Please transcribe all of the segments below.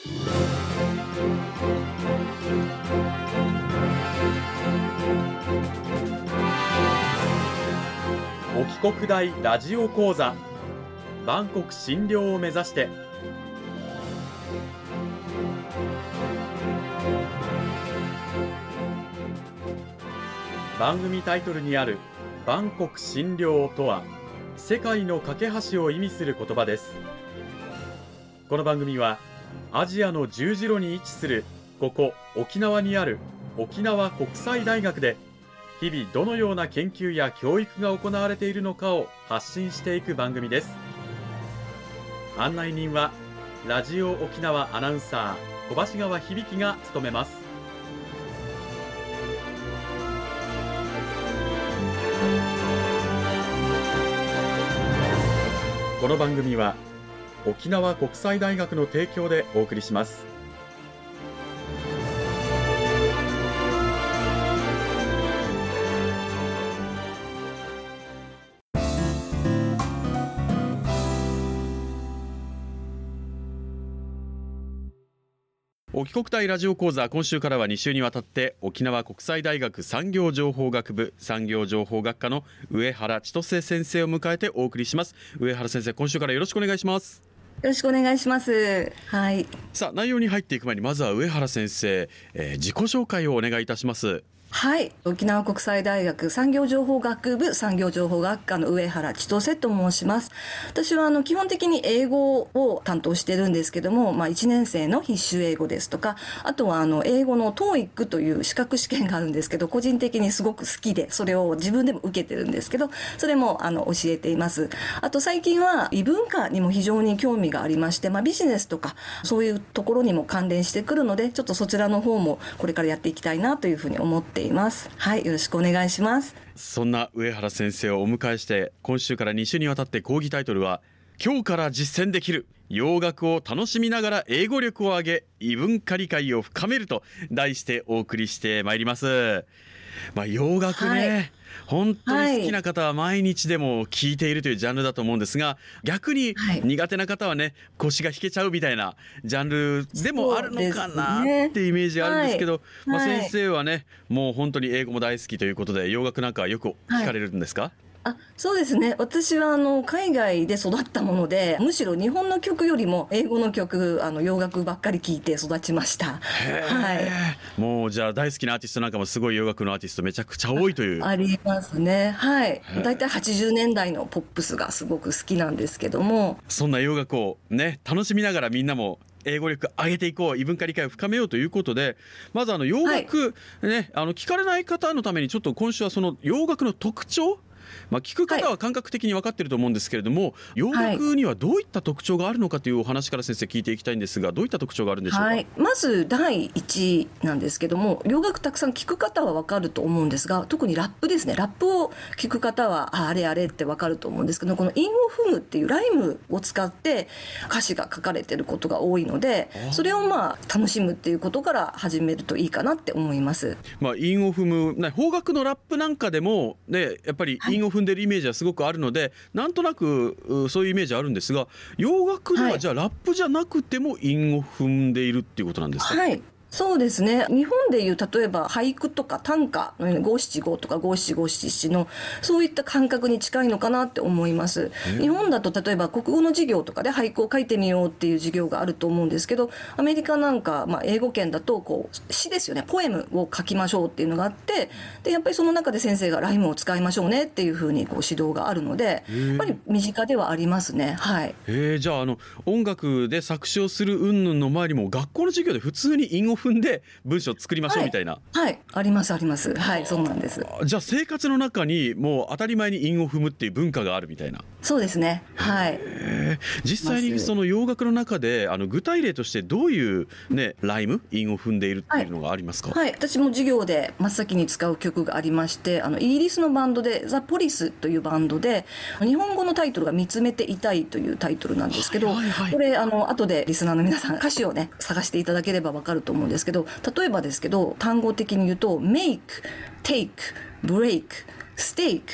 沖国大ラジオ講座、万国診療を目指して。番組タイトルにある万国診療とは、世界の架け橋を意味する言葉です。この番組はアジアの十字路に位置するここ沖縄にある沖縄国際大学で、日々どのような研究や教育が行われているのかを発信していく番組です。案内人はラジオ沖縄アナウンサー小橋川響が務めます。この番組は沖縄国際大学の提供でお送りします。沖国大ラジオ講座、今週からは2週にわたって沖縄国際大学産業情報学部産業情報学科の上原千歳先生を迎えてお送りします。上原先生、今週からよろしくお願いします。 よろしくお願いします。はい。 さあ、内容に入っていく前にまずは上原先生、自己紹介をお願いいたします。 はい、沖縄国際大学産業情報学部産業情報学科の上原千歳と申します。私は基本的に英語を担当してるんですけども、1年生の必修英語ですとか、あとは英語の TOEIC という資格試験があるんですけど、個人的にすごく好きで、それを自分でも受けてるんですけど、それも教えています。あと最近は異文化にも非常に興味がありまして、ビジネスとかそういうところにも関連してくるので、ちょっとそちらの方もこれからやっていきたいなというふうに思っています。はい、よろしくお願いします。 そんな上原先生をお迎えして、今週から2週にわたって講義タイトルは、今日から実践できる洋楽を楽しみながら英語力を上げ異文化理解を深めると題してお送りしてまいります。洋楽ね、はい、本当に好きな方は毎日でも聴いているというジャンルだと思うんですが、逆に苦手な方はね、腰が引けちゃうみたいなジャンルでもあるのかなっていうイメージがあるんですけど、先生はね、もう本当に英語も大好きということで、洋楽なんかはよく聴かれるんですか？ そうですね。私は海外で育ったもので、むしろ日本の曲よりも英語の曲、洋楽ばっかり聴いて育ちました。はい。 もうじゃあ大好きなアーティストなんかもすごい洋楽のアーティストめちゃくちゃ多いという。 ありますね。はい。だいたい80年代のポップスがすごく好きなんですけども。 そんな洋楽をね、楽しみながらみんなも英語力上げていこう、異文化理解を深めようということで、まず洋楽、ね、聞かれない方のためにちょっと今週はその洋楽の特徴、聞く方は感覚的に分かっていると思うんですけれども、洋楽にはどういった特徴があるのかというお話から先生聞いていきたいんですが、どういった特徴があるんでしょうか？ まず第一なんですけども、洋楽たくさん聞く方は分かると思うんですが、特にラップですね。ラップを聞く方はあれあれって分かると思うんですけど、この韻を踏むっていうライムを使って歌詞が書かれていることが多いので、それを楽しむっていうことから始めるといいかなって思います。 韻を踏む、邦楽のラップなんかでも、ね、やっぱり韻を踏んでるイメージはすごくあるので、なんとなくそういうイメージあるんですが、洋楽ではじゃあラップじゃなくても韻を踏んでいるっていうことなんですか？ はい、そうですね。日本でいう例えば俳句とか短歌のように五七五とか五七五七七のそういった感覚に近いのかなって思います。日本だと例えば国語の授業とかで俳句を書いてみようっていう授業があると思うんですけど、アメリカなんか、英語圏だと詩ですよね、ポエムを書きましょうっていうのがあって、でやっぱりその中で先生がライムを使いましょうねっていうふうに指導があるので、やっぱり身近ではありますね。はい。 じゃあ音楽で作詞をする云々の前にも、学校の授業で普通に韻を踏んで文章を作りましょうみたいな。 はい、ありますあります。はい、そうなんです。 じゃあ生活の中にもう当たり前に韻を踏むっていう文化があるみたいな。 そうですね。はい。 実際にその洋楽の中で具体例としてどういう、ライム韻を踏んでいるっていうのがありますか？ はい、私も授業で真っ先に使う曲がありまして、イギリスのバンドでザ・ポリスというバンドで、日本語のタイトルが見つめていたいというタイトルなんですけど、これ後でリスナーの皆さん歌詞をね探していただければ分かると思うんですけど、例えばですけど単語的に言うと make, take, break, stake,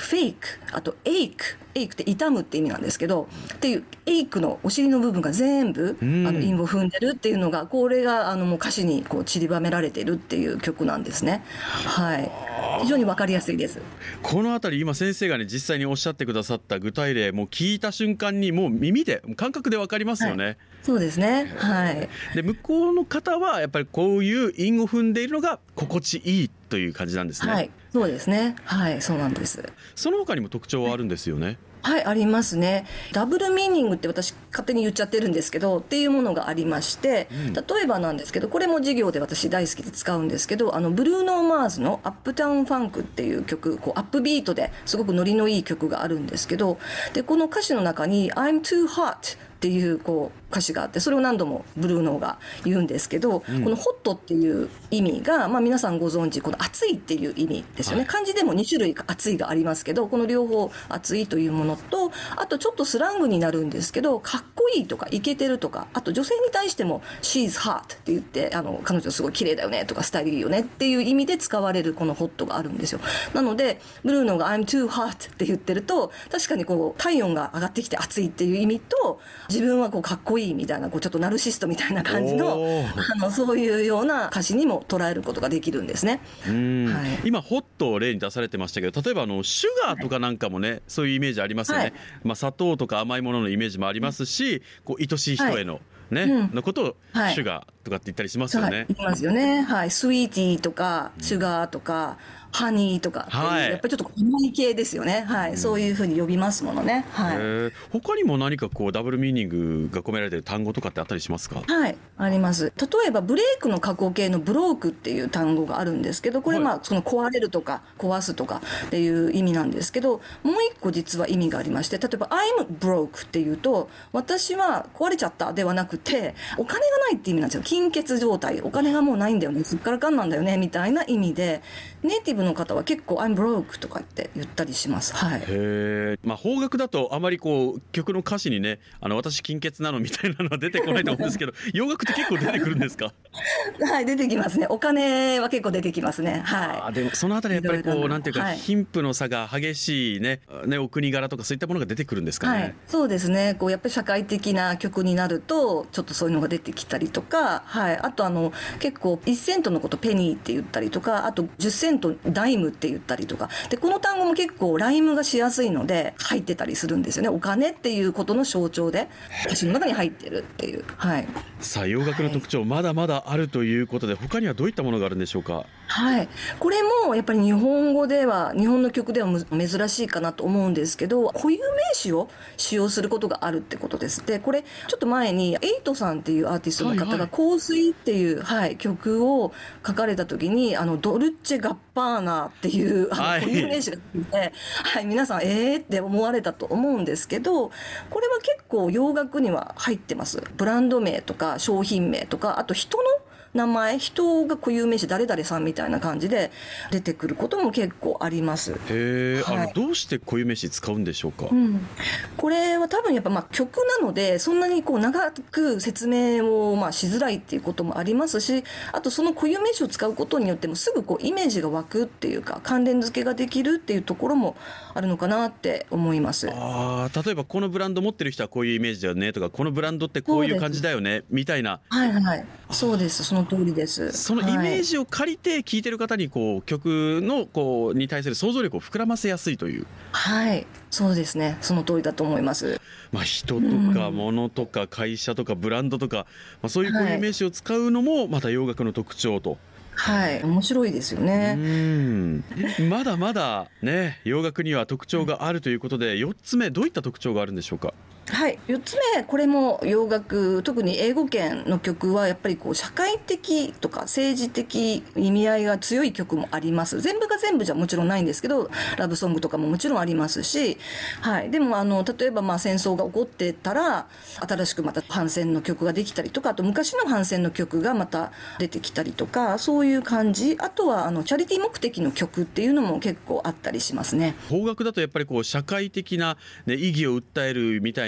フェイク、あとエイクって痛むって意味なんですけど、っていうエイクのお尻の部分が全部韻を踏んでるっていうのが、これがもう歌詞にこう散りばめられているっていう曲なんですね。はい、非常に分かりやすいです。 このあたり今先生がね実際におっしゃってくださった具体例も聞いた瞬間にもう耳で感覚で分かりますよね。 そうですね。はい。 で向こうの方はやっぱりこういう韻を踏んでいるのが心地いいという感じなんですね。 はい、そうですね。はい、そうなんです。 その他にも特徴はあるんですよね。 はい、ありますね。ダブルミーニングって私勝手に言っちゃってるんですけどっていうものがありまして、例えばなんですけど、これも授業で私大好きで使うんですけど、ブルーノーマーズのアップタウンファンクっていう曲、こうアップビートですごくノリのいい曲があるんですけど、でこの歌詞の中に I'm too hotっていうこう歌詞があって、それを何度もブルーノーが言うんですけど、このホットっていう意味が、皆さんご存知この熱いっていう意味ですよね。漢字でも2種類熱いがありますけど、この両方熱いというものと、あとちょっとスラングになるんですけど、かっこいいとかイケてるとか、あと女性に対しても She's hot って言って、彼女すごい綺麗だよねとかスタイルいいよねっていう意味で使われるこのホットがあるんですよ。なのでブルーノーが I'm too hot って言ってると、確かにこう体温が上がってきて熱いっていう意味と、自分はこうかっこいいみたいな、こうちょっとナルシストみたいな感じのそういうような歌詞にも捉えることができるんですね。 はい、今ホットを例に出されてましたけど、例えばシュガーとかなんかもね、そういうイメージありますよね。はい、砂糖とか甘いもののイメージもありますし、こう愛しい人への、のことをシュガーとかって言ったりしますよね。 言いますよね。はい、スイーティーとかシュガーとか、ハニーとかっていう、やっぱりちょっと甘い系ですよね。はい、そういうふうに呼びますものね。はい。 他にも何かこうダブルミーニングが込められている単語とかってあったりしますか？ はい、あります。例えばブレイクの過去形のブロークっていう単語があるんですけど、これその壊れるとか壊すとかっていう意味なんですけど、もう一個実は意味がありまして、例えば I'm broke っていうと、私は壊れちゃったではなくて、お金がないって意味なんですよ。金欠状態、お金がもうないんだよね、すっからかんなんだよねみたいな意味で、ネイティブの方は結構 I'm broke とかって言ったりします。はい。 邦楽だとあまりこう曲の歌詞にね、私金欠なのみたいなのは出てこないと思うんですけど洋楽って結構出てくるんですか？ はい、出てきますね。お金は結構出てきますね。はい。 でもそのあたりやっぱりこうなんていうか、貧富の差が激しいねお国柄とかそういったものが出てくるんですかね。 はい、そうですね。こうやっぱり社会的な曲になるとちょっとそういうのが出てきたりとか、はい、あと結構1セントのことペニーって言ったりとか、あと10セントダイムって言ったりとかで、この単語も結構ライムがしやすいので入ってたりするんですよね。お金っていうことの象徴で歌詞の中に入ってるっていう。はい。 さあ洋楽の特徴、まだまだあるということで、他にはどういったものがあるんでしょうか？ はい、これもやっぱり日本語では、日本の曲では珍しいかなと思うんですけど、固有名詞を使用することがあるってことです。でこれちょっと前にエイトさんっていうアーティストの方が香水っていう、曲を書かれた時にドルチェガッパーナっていう固有名詞がついて、皆さんって思われたと思うんですけど、これは結構洋楽には入ってます。ブランド名とか商品名とか、あと人の名前、人が固有名詞誰々さんみたいな感じで出てくることも結構あります。 どうして固有名詞使うんでしょうか？ これは多分やっぱ曲なので、そんなにこう長く説明をしづらいっていうこともありますし、あとその固有名詞を使うことによってもすぐこうイメージが湧くっていうか、関連付けができるっていうところもあるのかなって思います。 例えばこのブランド持ってる人はこういうイメージだよねとか、このブランドってこういう感じだよねみたいな。 そうです、その通りです。 そのイメージを借りて聴いてる方にこう曲のこうに対する想像力を膨らませやすいという。 はい、そうですね、その通りだと思います。 人とか物とか会社とかブランドとか、そういう固有名詞を使うのもまた洋楽の特徴と。 面白いですよね。 まだまだね、洋楽には特徴があるということで、4つ目どういった特徴があるんでしょうか？ 4つ目、これも洋楽、特に英語圏の曲はやっぱりこう社会的とか政治的意味合いが強い曲もあります。全部が全部じゃもちろんないんですけど、ラブソングとかももちろんありますし、でも例えば戦争が起こってたら新しくまた反戦の曲ができたりとか、あと昔の反戦の曲がまた出てきたりとか、そういう感じ。あとはチャリティー目的の曲っていうのも結構あったりしますね。 邦楽だとやっぱりこう社会的な、意義を訴えるみたい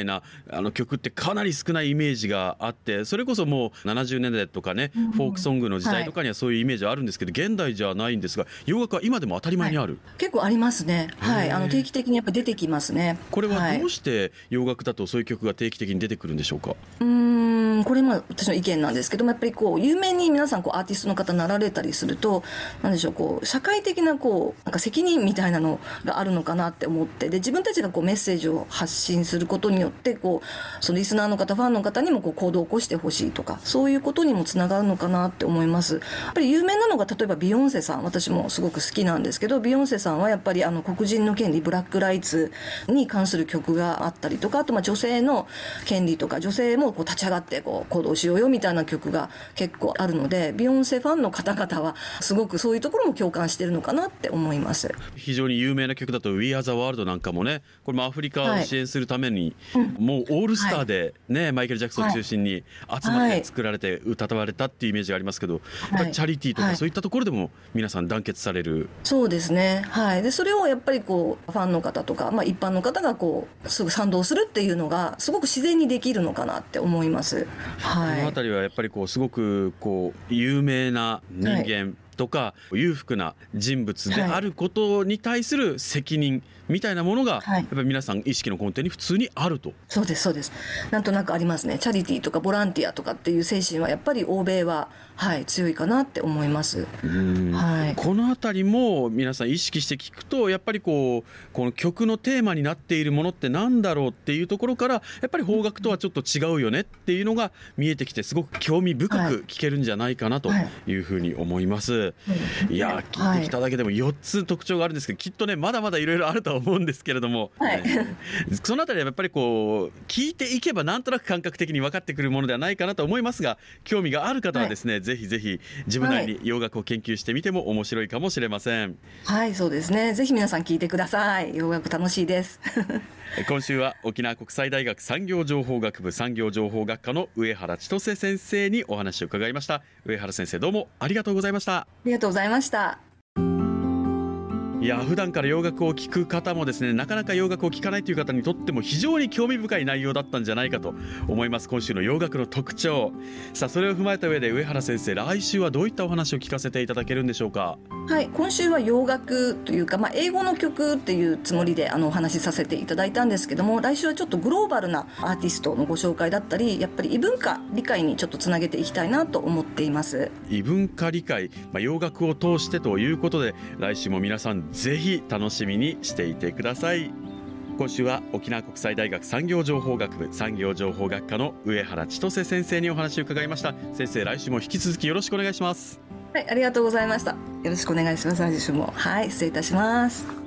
いな曲ってかなり少ないイメージがあって、それこそもう70年代とかね、フォークソングの時代とかにはそういうイメージはあるんですけど、現代じゃないんですが、洋楽は今でも当たり前にある。 結構ありますね。はい、定期的にやっぱ出てきますね。 これはどうして洋楽だとそういう曲が定期的に出てくるんでしょうか。 これも私の意見なんですけども、やっぱり有名に皆さんアーティストの方なられたりすると、なんでしょう、社会的ななんか責任みたいなのがあるのかなって思って、で自分たちがメッセージを発信することによってそのリスナーの方、ファンの方にも行動を起こしてほしいとか、そういうことにもつながるのかなって思います。やっぱり有名なのが例えばビヨンセさん、私もすごく好きなんですけど、ビヨンセさんはやっぱり黒人の権利、ブラックライツに関する曲があったりとか、あと女性の権利とか、女性も立ち上がって行動しようよみたいな曲が結構あるので、ビヨンセファンの方々はすごくそういうところも共感してるのかなって思います。 非常に有名な曲だと We Are the World なんかもね、これもアフリカを支援するために、もうオールスターでね、マイケル・ジャクソンを中心に集まって作られて歌われたっていうイメージがありますけど、チャリティーとかそういったところでも皆さん団結される。 そうですね、はい。でそれをやっぱりファンの方とか、一般の方がすぐ賛同するっていうのがすごく自然にできるのかなって思います。はい、 このあたりはやっぱりすごく有名な人間とか、裕福な人物であることに対する責任みたいなものが、やっぱり皆さん意識の根底に普通にあると。 そうですそうです。なんとなくありますね。チャリティーとかボランティアとかっていう精神はやっぱり欧米は、強いかなって思います。 このあたりも皆さん意識して聞くと、やっぱりこの曲のテーマになっているものってなんだろうっていうところから、やっぱり邦楽とはちょっと違うよねっていうのが見えてきて、すごく興味深く聞けるんじゃないかなというふうに思います。いや、聞いてきただけでも4つ特徴があるんですけど、きっとねまだまだいろいろあるとは思うんですけれども、そのあたりはやっぱり聞いていけばなんとなく感覚的に分かってくるものではないかなと思いますが、興味がある方はですね、ぜひぜひ自分なりに洋楽を研究してみても面白いかもしれません。 はい、そうですね。ぜひ皆さん聞いてください。洋楽楽しいです。 今週は沖縄国際大学産業情報学部産業情報学科の上原千歳先生にお話を伺いました。上原先生、どうもありがとうございました。 ありがとうございました。 いや、普段から洋楽を聴く方もですね、なかなか洋楽を聴かないという方にとっても非常に興味深い内容だったんじゃないかと思います。今週の洋楽の特徴、さあそれを踏まえた上で上原先生、来週はどういったお話を聞かせていただけるんでしょうか。 はい、今週は洋楽というか、英語の曲っていうつもりでお話しさせていただいたんですけども、来週はちょっとグローバルなアーティストのご紹介だったり、やっぱり異文化理解にちょっとつなげていきたいなと思っています。 異文化理解、洋楽を通してということで、来週も皆さんぜひ楽しみにしていてください。今週は沖縄国際大学産業情報学部産業情報学科の上原千歳先生にお話を伺いました。先生、来週も引き続きよろしくお願いします。 はい、ありがとうございました。よろしくお願いします。来週も。はい、失礼いたします。